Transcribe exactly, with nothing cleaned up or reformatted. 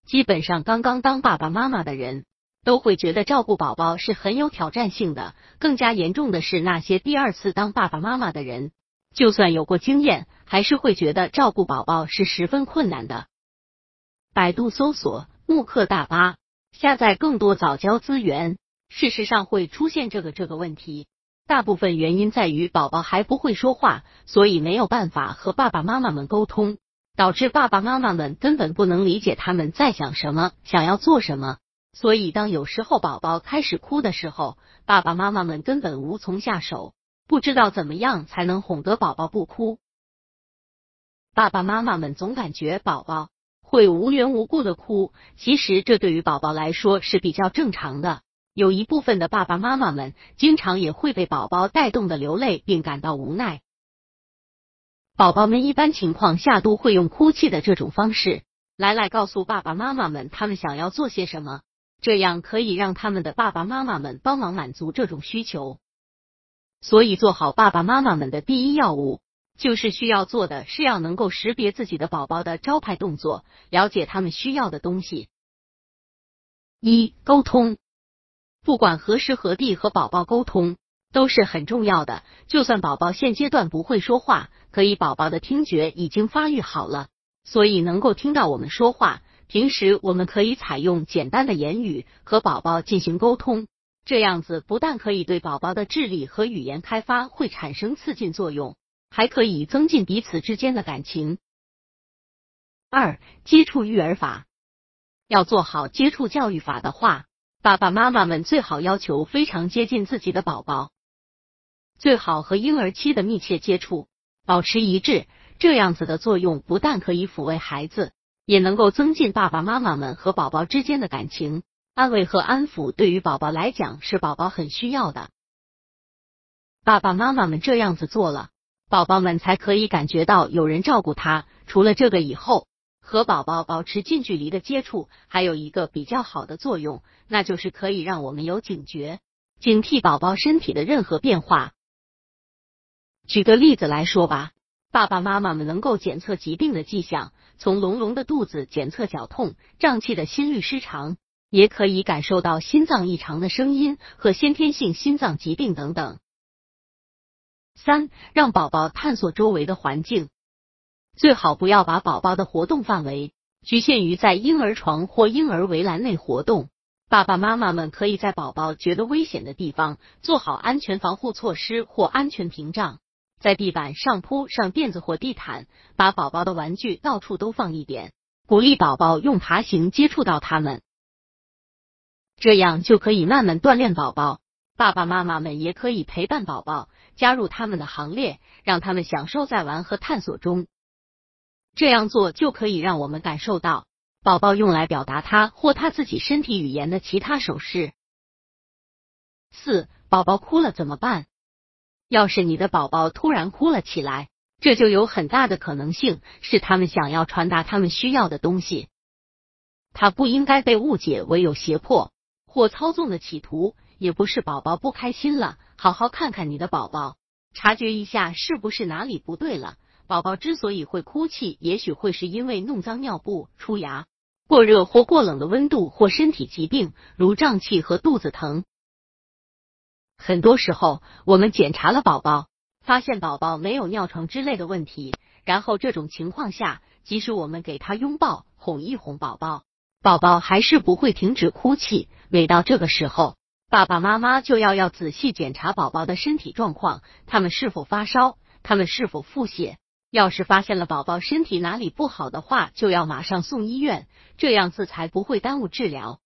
基本上刚刚当爸爸妈妈的人都会觉得照顾宝宝是很有挑战性的，更加严重的是那些第二次当爸爸妈妈的人，就算有过经验，还是会觉得照顾宝宝是十分困难的。百度搜索慕课大巴，下载更多早教资源。事实上会出现这个这个问题，大部分原因在于宝宝还不会说话，所以没有办法和爸爸妈妈们沟通，导致爸爸妈妈们根本不能理解他们在想什么，想要做什么。所以当有时候宝宝开始哭的时候，爸爸妈妈们根本无从下手，不知道怎么样才能哄得宝宝不哭。爸爸妈妈们总感觉宝宝会无缘无故的哭，其实这对于宝宝来说是比较正常的。有一部分的爸爸妈妈们经常也会被宝宝带动的流泪，并感到无奈。宝宝们一般情况下都会用哭泣的这种方式来来告诉爸爸妈妈们他们想要做些什么，这样可以让他们的爸爸妈妈们帮忙满足这种需求。所以做好爸爸妈妈们的第一要务，就是需要做的是要能够识别自己的宝宝的招牌动作，了解他们需要的东西。一、沟通。不管何时何地和宝宝沟通都是很重要的，就算宝宝现阶段不会说话，可以宝宝的听觉已经发育好了，所以能够听到我们说话。平时我们可以采用简单的言语和宝宝进行沟通，这样子不但可以对宝宝的智力和语言开发会产生促进作用，还可以增进彼此之间的感情。二、接触育儿法。要做好接触教育法的话，爸爸妈妈们最好要求非常接近自己的宝宝，最好和婴儿期的密切接触保持一致，这样子的作用不但可以抚慰孩子，也能够增进爸爸妈妈们和宝宝之间的感情。安慰和安抚对于宝宝来讲是宝宝很需要的。爸爸妈妈们这样子做了，宝宝们才可以感觉到有人照顾他。除了这个以后，和宝宝保持近距离的接触还有一个比较好的作用，那就是可以让我们有警觉，警惕宝宝身体的任何变化。举个例子来说吧，爸爸妈妈们能够检测疾病的迹象，从隆隆的肚子检测绞痛、胀气的心律失常，也可以感受到心脏异常的声音和先天性心脏疾病等等。三、让宝宝探索周围的环境。最好不要把宝宝的活动范围局限于在婴儿床或婴儿围栏内活动。爸爸妈妈们可以在宝宝觉得危险的地方做好安全防护措施或安全屏障，在地板上铺上垫子或地毯，把宝宝的玩具到处都放一点，鼓励宝宝用爬行接触到它们，这样就可以慢慢锻炼宝宝。爸爸妈妈们也可以陪伴宝宝，加入他们的行列，让他们享受在玩和探索中。这样做就可以让我们感受到宝宝用来表达他或他自己身体语言的其他手势。四、宝宝哭了怎么办？要是你的宝宝突然哭了起来，这就有很大的可能性是他们想要传达他们需要的东西。他不应该被误解为有胁迫或操纵的企图，也不是宝宝不开心了，好好看看你的宝宝，察觉一下是不是哪里不对了。宝宝之所以会哭泣，也许会是因为弄脏尿布、出牙、过热或过冷的温度或身体疾病，如胀气和肚子疼。很多时候，我们检查了宝宝，发现宝宝没有尿床之类的问题，然后这种情况下，即使我们给他拥抱、哄一哄宝宝，宝宝还是不会停止哭泣。每到这个时候，爸爸妈妈就要要仔细检查宝宝的身体状况，他们是否发烧，他们是否腹泻。要是发现了宝宝身体哪里不好的话，就要马上送医院，这样子才不会耽误治疗。